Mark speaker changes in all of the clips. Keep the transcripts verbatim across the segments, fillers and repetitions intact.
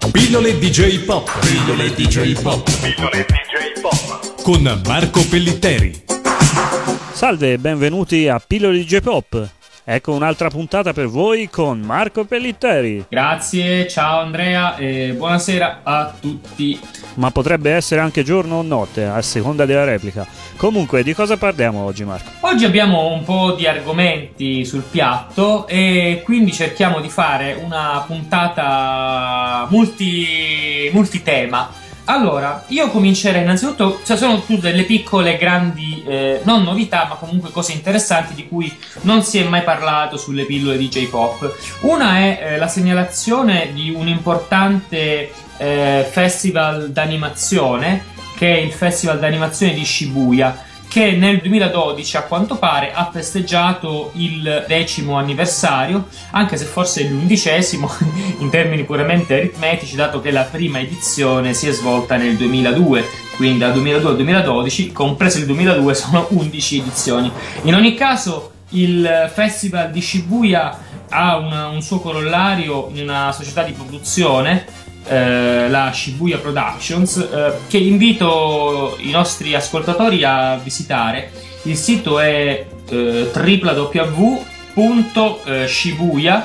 Speaker 1: Pillole D J Pop.
Speaker 2: Pillole D J Pop.
Speaker 1: Pillole D J Pop. Con Marco Pellitteri.
Speaker 3: Salve e benvenuti a Pillole D J Pop. Ecco un'altra puntata per voi con Marco Pellitteri.
Speaker 4: Grazie, ciao Andrea e buonasera a tutti.
Speaker 3: Ma potrebbe essere anche giorno o notte, a seconda della replica. Comunque, di cosa parliamo oggi, Marco?
Speaker 4: Oggi abbiamo un po' di argomenti sul piatto e quindi cerchiamo di fare una puntata multi multitema. Allora, io comincerei innanzitutto, cioè sono tutte delle piccole, grandi, eh, non novità, ma comunque cose interessanti di cui non si è mai parlato sulle pillole D J Pop. Una è eh, la segnalazione di un importante eh, festival d'animazione, che è il Festival d'animazione di Shibuya, che nel duemiladodici a quanto pare ha festeggiato il decimo anniversario, anche se forse è l'undicesimo in termini puramente aritmetici, dato che la prima edizione si è svolta nel duemiladue, quindi dal duemiladue al duemiladodici, compreso il duemiladue, sono undici edizioni. In ogni caso il Festival di Shibuya ha una, un suo corollario in una società di produzione, Eh, la Shibuya Productions, eh, che invito i nostri ascoltatori a visitare. Il sito è eh, w w w punto shibuya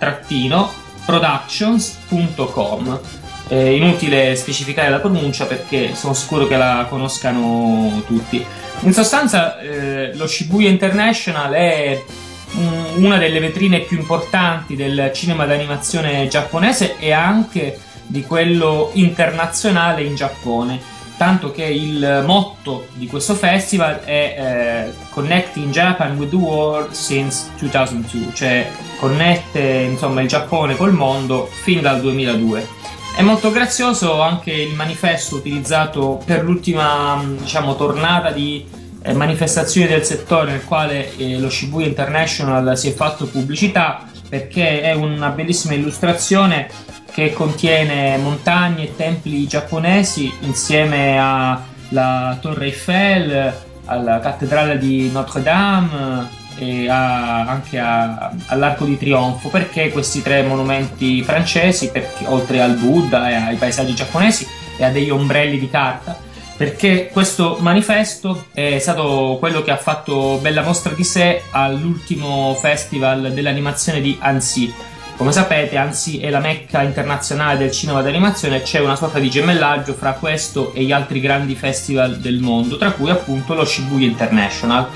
Speaker 4: productions punto com. È inutile specificare la pronuncia perché sono sicuro che la conoscano tutti. In sostanza eh, lo Shibuya International è um, una delle vetrine più importanti del cinema d'animazione giapponese e anche di quello internazionale in Giappone, tanto che il motto di questo festival è eh, Connecting Japan with the World since duemiladue, cioè connette insomma il Giappone col mondo fin dal duemiladue. È molto grazioso anche il manifesto utilizzato per l'ultima, diciamo, tornata di eh, manifestazioni del settore, nel quale eh, lo Shibuya International si è fatto pubblicità, perché è una bellissima illustrazione che contiene montagne e templi giapponesi insieme alla Torre Eiffel, alla cattedrale di Notre Dame e a, anche a, all'Arco di Trionfo. Perché questi tre monumenti francesi? Perché, oltre al Buddha e ai paesaggi giapponesi e a degli ombrelli di carta, perché questo manifesto è stato quello che ha fatto bella mostra di sé all'ultimo festival dell'animazione di Annecy. Come sapete, Annecy è la mecca internazionale del cinema d'animazione, c'è una sorta di gemellaggio fra questo e gli altri grandi festival del mondo, tra cui appunto lo Shibuya International.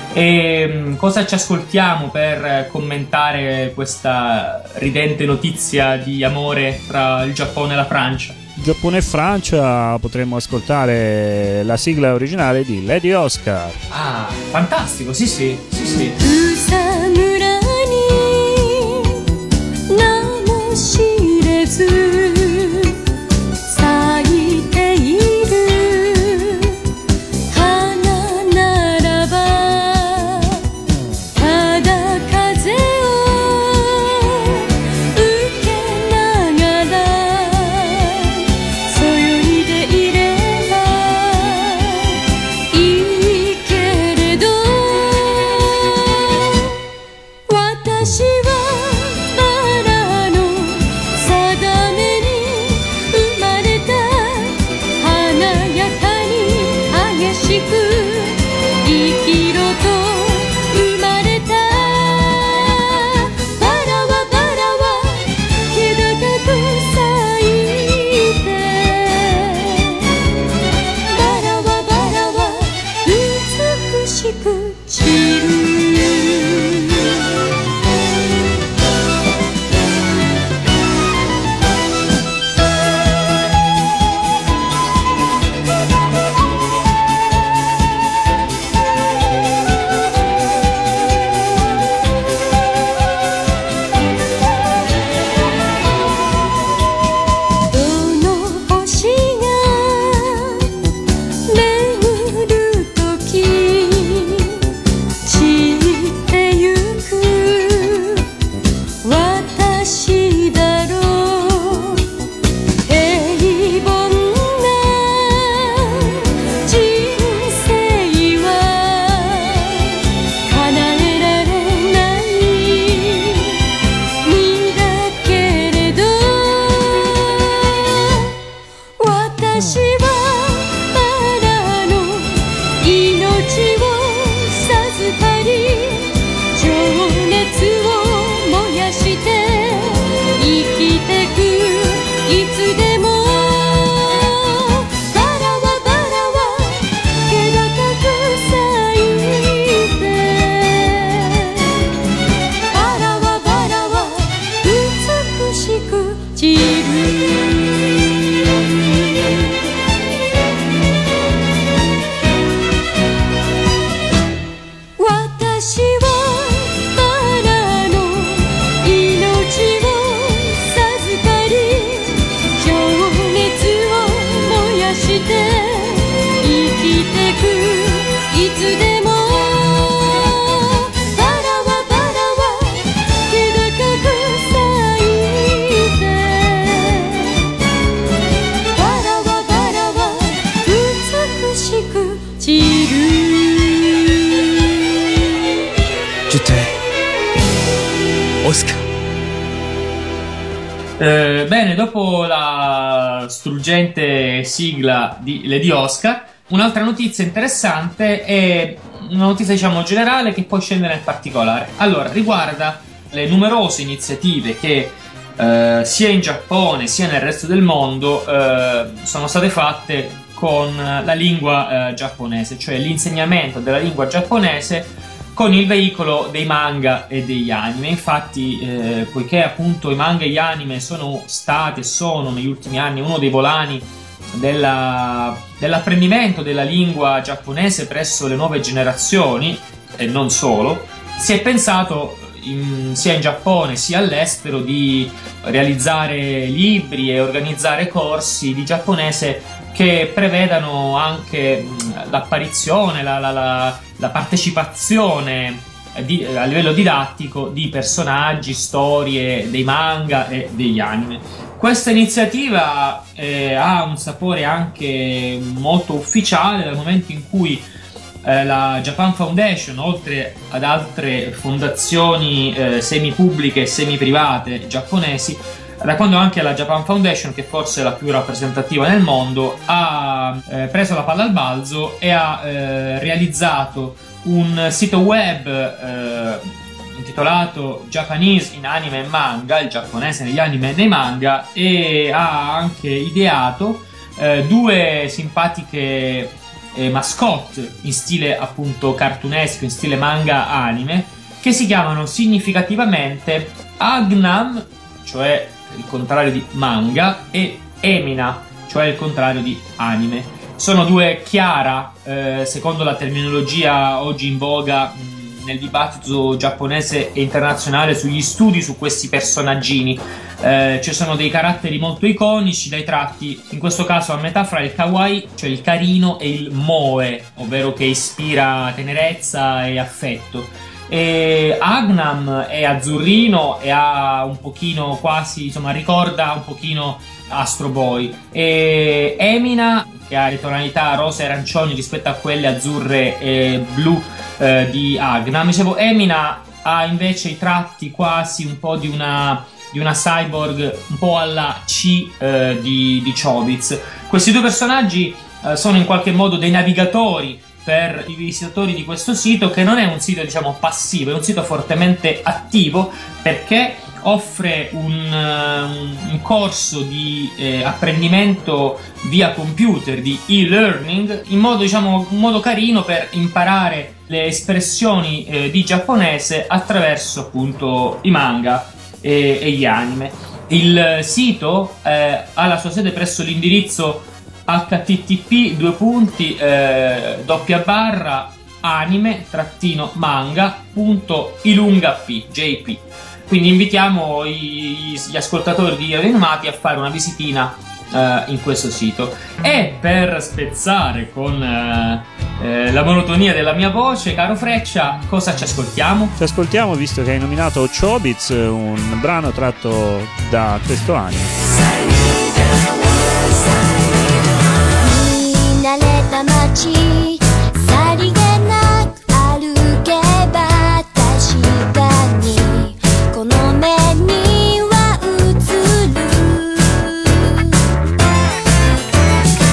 Speaker 4: E cosa ci ascoltiamo per commentare questa ridente notizia di amore tra il Giappone e la Francia?
Speaker 3: Giappone e Francia, potremmo ascoltare la sigla originale di Lady Oscar.
Speaker 4: Ah, fantastico, sì sì, sì sì.
Speaker 5: 知れず咲いている花ならばただ風を受けながらそよいでいればいいけれど私はバラの命を授かり情熱を燃やして生きてくいつでもバラはバラは気高く咲いてバラはバラは美しく散る
Speaker 4: Eh, bene, dopo la struggente sigla di Lady Oscar, un'altra notizia interessante è una notizia, diciamo, generale che poi scende nel particolare. Allora, riguarda le numerose iniziative che eh, sia in Giappone sia nel resto del mondo eh, sono state fatte con la lingua eh, giapponese, cioè l'insegnamento della lingua giapponese con il veicolo dei manga e degli anime. Infatti, eh, poiché appunto i manga e gli anime sono stati e sono negli ultimi anni uno dei volani della, dell'apprendimento della lingua giapponese presso le nuove generazioni, e non solo, si è pensato in, sia in Giappone sia all'estero di realizzare libri e organizzare corsi di giapponese che prevedano anche l'apparizione, la, la, la, la partecipazione di, a livello didattico di personaggi, storie dei manga e degli anime. Questa iniziativa eh, ha un sapore anche molto ufficiale, dal momento in cui eh, la Japan Foundation, oltre ad altre fondazioni eh, semi-pubbliche e semi-private giapponesi, da quando anche la Japan Foundation, che forse è la più rappresentativa nel mondo, ha eh, preso la palla al balzo e ha eh, realizzato un sito web eh, intitolato Japanese in Anime e Manga, il giapponese negli anime e nei manga, e ha anche ideato eh, due simpatiche eh, mascotte in stile appunto cartunesco, in stile manga anime, che si chiamano significativamente Agnam, cioè il contrario di manga, e Emina, cioè il contrario di anime. Sono due chiara, eh, secondo la terminologia oggi in voga mh, nel dibattito giapponese e internazionale sugli studi su questi personaggini. Eh, ci sono dei caratteri molto iconici, dai tratti in questo caso a metà fra il kawaii, cioè il carino, e il moe, ovvero che ispira tenerezza e affetto. E Agnam è azzurrino e ha un pochino quasi, insomma, ricorda un pochino Astro Boy. E Emina, che ha le tonalità rosa e arancioni rispetto a quelle azzurre e blu eh, di Agnam. Dicevo, Emina ha invece i tratti quasi un po' di una, di una cyborg, un po' alla C eh, di, di Chobits. Questi due personaggi eh, sono in qualche modo dei navigatori per i visitatori di questo sito, che non è un sito, diciamo, passivo, è un sito fortemente attivo, perché offre un, un corso di eh, apprendimento via computer, di e-learning, in modo, diciamo, un modo carino per imparare le espressioni eh, di giapponese attraverso appunto i manga e, e gli anime. Il sito eh, ha la sua sede presso l'indirizzo h t t p due punti eh, doppia barra anime trattino manga punto ilunga p jp. Quindi invitiamo i, gli ascoltatori di Radio Animati a fare una visitina eh, in questo sito. E per spezzare con eh, eh, la monotonia della mia voce, caro Freccia, cosa ci ascoltiamo?
Speaker 3: Ci ascoltiamo, visto che hai nominato Chobits, un brano tratto da questo anime.
Speaker 5: 慣れた街さりげなく歩けば確かにこの目には映る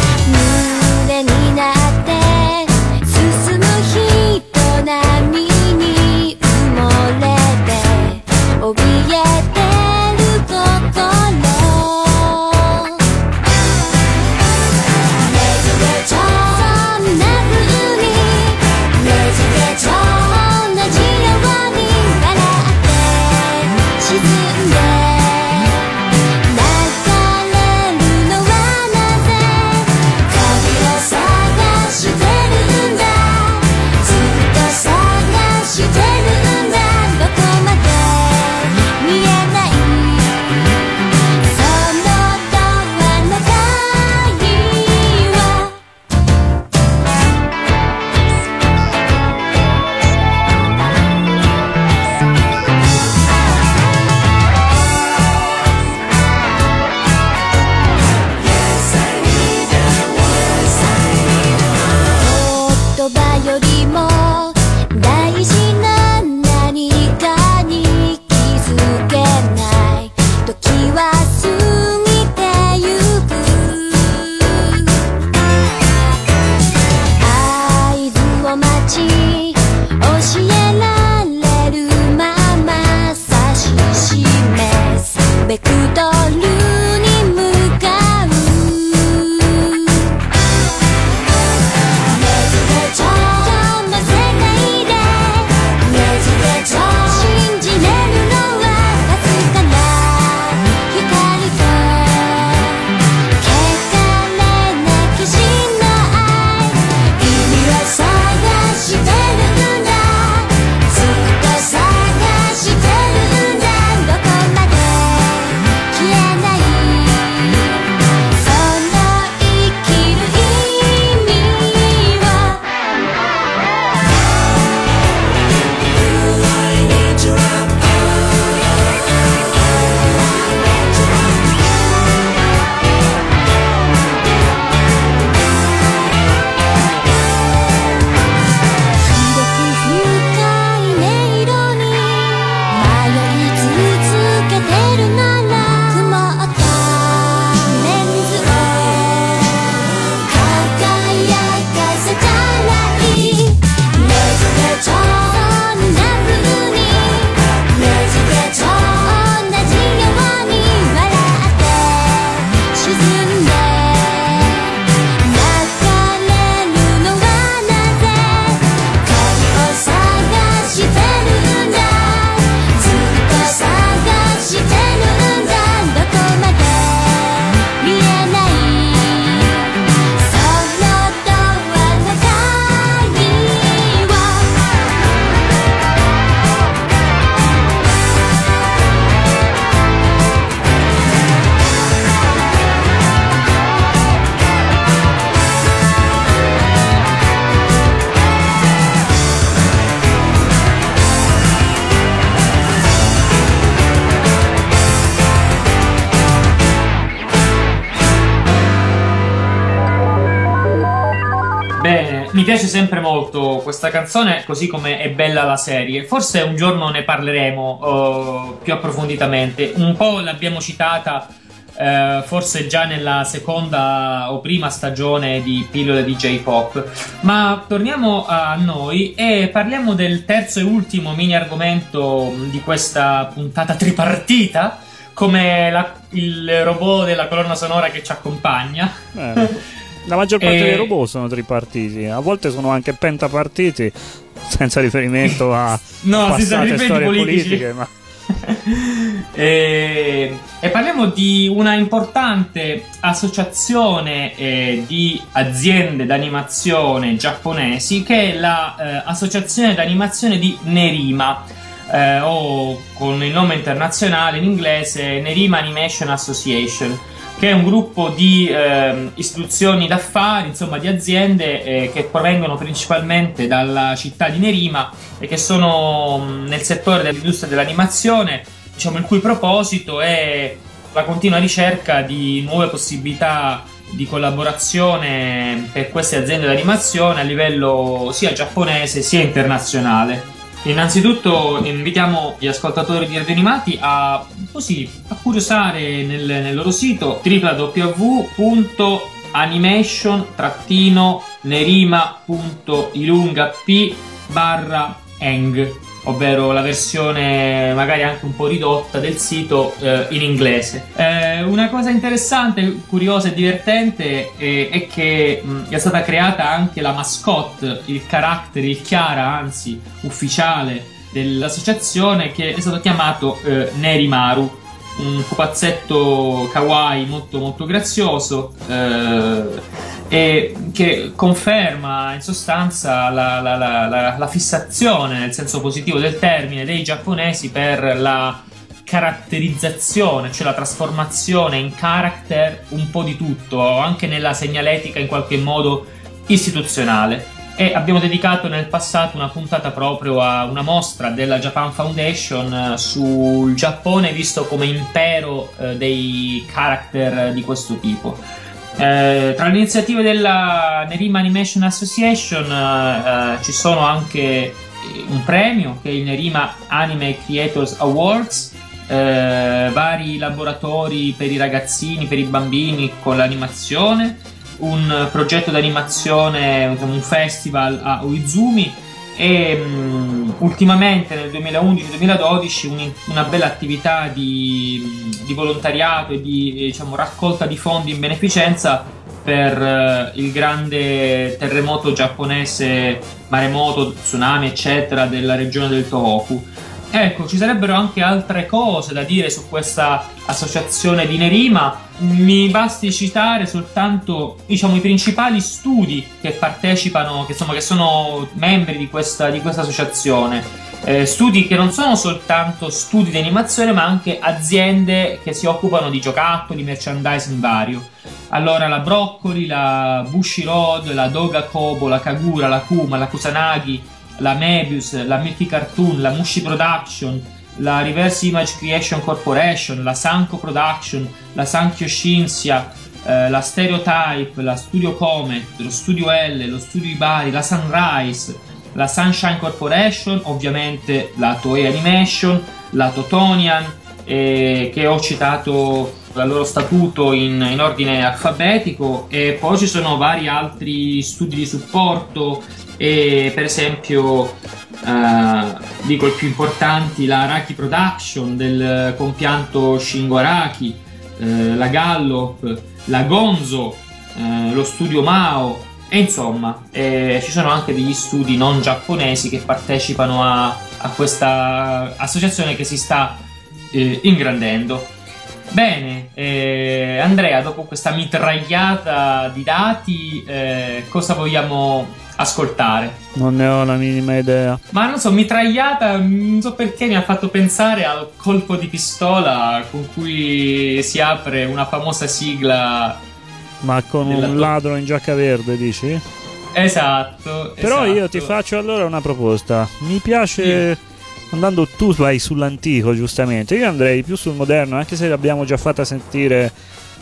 Speaker 4: Mi piace sempre molto questa canzone, così come è bella la serie. Forse un giorno ne parleremo uh, più approfonditamente. Un po' l'abbiamo citata uh, forse già nella seconda o prima stagione di Pillole di J-Pop. Ma torniamo a noi e parliamo del terzo e ultimo mini argomento di questa puntata tripartita, come la, il robot della colonna sonora che ci accompagna.
Speaker 3: Eh. La maggior parte
Speaker 4: e...
Speaker 3: dei robot sono tripartiti, a volte sono anche pentapartiti, senza riferimento a
Speaker 4: no,
Speaker 3: passate storie
Speaker 4: politici.
Speaker 3: politiche. Ma...
Speaker 4: e... e parliamo di una importante associazione eh, di aziende d'animazione giapponesi, che è l'Associazione eh, d'animazione di Nerima, eh, o con il nome internazionale in inglese Nerima Animation Association, che è un gruppo di eh, istituzioni d'affari, insomma di aziende eh, che provengono principalmente dalla città di Nerima e che sono mh, nel settore dell'industria dell'animazione, diciamo il cui proposito è la continua ricerca di nuove possibilità di collaborazione per queste aziende d'animazione a livello sia giapponese sia internazionale. Innanzitutto invitiamo gli ascoltatori di Radio Animati a così a curiosare nel, nel loro sito w w w punto animation nerima punto ilunga p barra eng, ovvero la versione magari anche un po' ridotta del sito eh, in inglese. Eh, una cosa interessante, curiosa e divertente eh, è che mh, è stata creata anche la mascotte, il carattere, il chiara anzi ufficiale dell'associazione, che è stato chiamato eh, Nerimaru, un pupazzetto kawaii molto molto grazioso eh, e che conferma in sostanza la, la, la, la, la fissazione, nel senso positivo del termine, dei giapponesi per la caratterizzazione, cioè la trasformazione in character un po' di tutto, anche nella segnaletica in qualche modo istituzionale. E abbiamo dedicato nel passato una puntata proprio a una mostra della Japan Foundation sul Giappone visto come impero eh, dei character di questo tipo. Eh, tra le iniziative della Nerima Animation Association eh, eh, ci sono anche un premio che è il Nerima Anime Creators Awards, eh, vari laboratori per i ragazzini, per i bambini con l'animazione, un progetto d'animazione, un festival a Uizumi e um, ultimamente nel duemilaundici duemiladodici un, una bella attività di, di volontariato e di diciamo, raccolta di fondi in beneficenza per uh, il grande terremoto giapponese, maremoto, tsunami eccetera della regione del Tohoku. Ecco, ci sarebbero anche altre cose da dire su questa associazione di Nerima. Mi basti citare soltanto, diciamo, i principali studi che partecipano, che insomma che sono membri di questa, di questa associazione. Eh, studi che non sono soltanto studi di animazione, ma anche aziende che si occupano di giocattoli, merchandising vario. Allora la Broccoli, la Bushiroad, la Doga Kobo, la Kagura, la Kuma, la Kusanagi, la Mebius, la Milky Cartoon, la Mushi Production, la Reverse Image Creation Corporation, la Sanko Production, la Sankyo Shinsya, eh, la Stereotype, la Studio Comet, lo Studio L, lo Studio Ibari, la Sunrise, la Sunshine Corporation, ovviamente la Toei Animation, la Totonian, eh, che ho citato dal loro statuto in, in ordine alfabetico, e poi ci sono vari altri studi di supporto, e per esempio Uh, dico i più importanti: la Araki Production del compianto Shingo Araki, uh, la Gallop, la Gonzo, uh, lo studio Mao, e insomma eh, ci sono anche degli studi non giapponesi che partecipano a, a questa associazione che si sta eh, ingrandendo. Bene, eh, Andrea, dopo questa mitragliata di dati, eh, cosa vogliamo ascoltare?
Speaker 3: Non ne ho la minima idea.
Speaker 4: Ma non so, mitragliata, non so perché mi ha fatto pensare al colpo di pistola con cui si apre una famosa sigla.
Speaker 3: Ma con un
Speaker 4: to-
Speaker 3: ladro in giacca verde, dici?
Speaker 4: Esatto.
Speaker 3: Però
Speaker 4: esatto.
Speaker 3: io ti faccio allora una proposta. Mi piace... Sì. Andando tu vai sull'antico, giustamente. Io andrei più sul moderno, anche se l'abbiamo già fatta sentire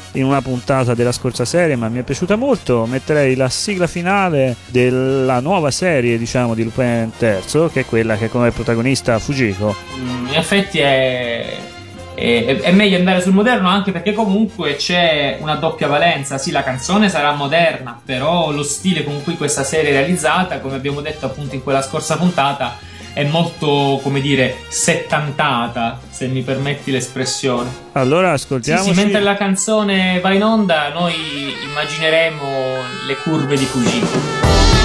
Speaker 3: in una puntata della scorsa serie, ma mi è piaciuta molto. Metterei la sigla finale della nuova serie, diciamo, di Lupin terzo, che è quella che come protagonista Fujiko.
Speaker 4: Mm, in effetti è... è... è meglio andare sul moderno, anche perché comunque c'è una doppia valenza. Sì, la canzone sarà moderna, però lo stile con cui questa serie è realizzata, come abbiamo detto appunto in quella scorsa puntata, è molto, come dire, settantata, se mi permetti l'espressione.
Speaker 3: Allora ascoltiamoci.
Speaker 4: Sì, sì, mentre la canzone va in onda, noi immagineremo le curve di Fujiko.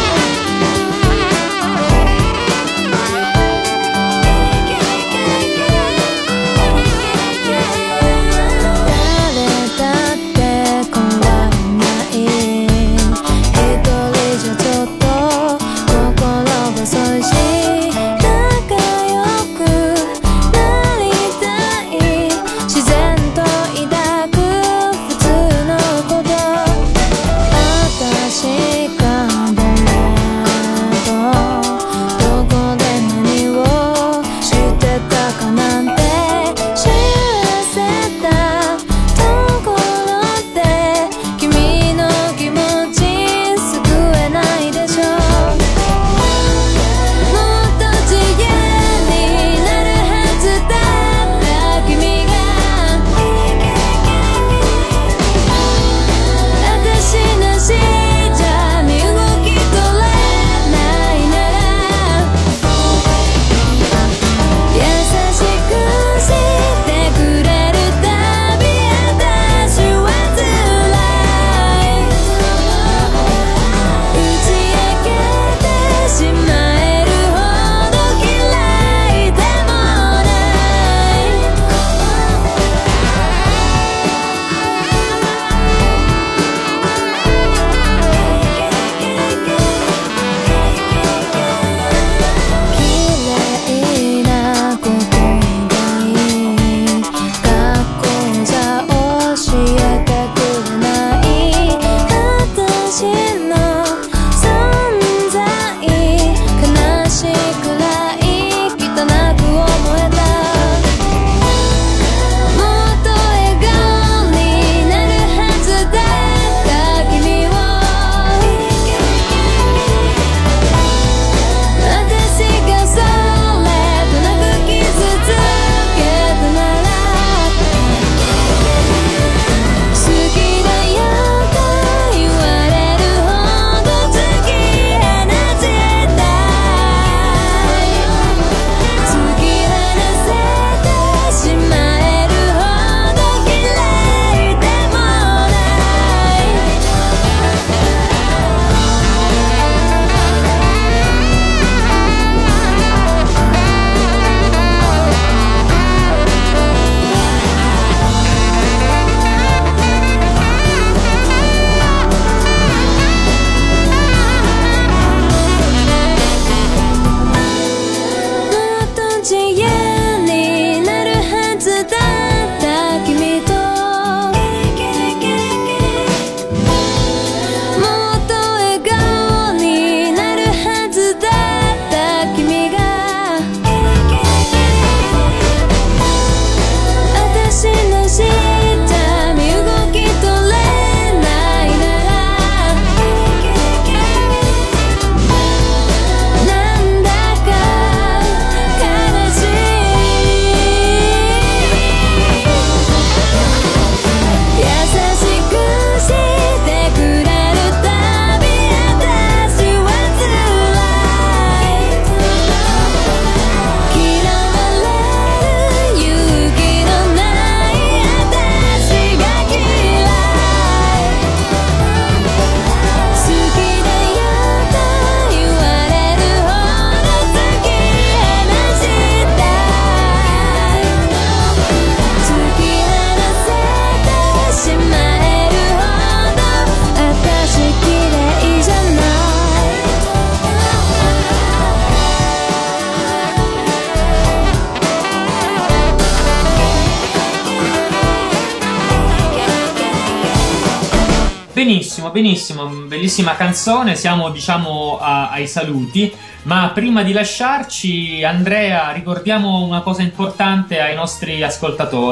Speaker 4: 'Benissimo, benissimo, bellissima canzone, siamo diciamo a, ai saluti, ma prima di lasciarci, Andrea, ricordiamo una cosa importante ai nostri ascoltatori.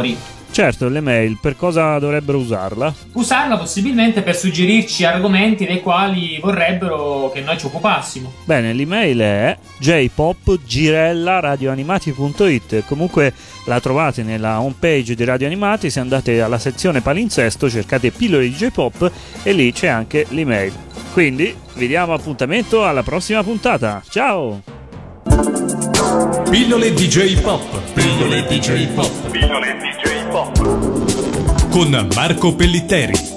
Speaker 3: Certo, l'email, per cosa dovrebbero usarla?
Speaker 4: Usarla possibilmente per suggerirci argomenti dei quali vorrebbero che noi ci occupassimo.
Speaker 3: Bene, l'email è j pop girella radioanimati punto it. Comunque la trovate nella homepage di Radio Animati. Se andate alla sezione palinsesto cercate pillole di J-Pop e lì c'è anche l'email. Quindi vi diamo appuntamento alla prossima puntata. Ciao!
Speaker 1: Pillole di J-Pop. Pillole di J-Pop. Pillole di J-Pop. Con Marco Pellitteri.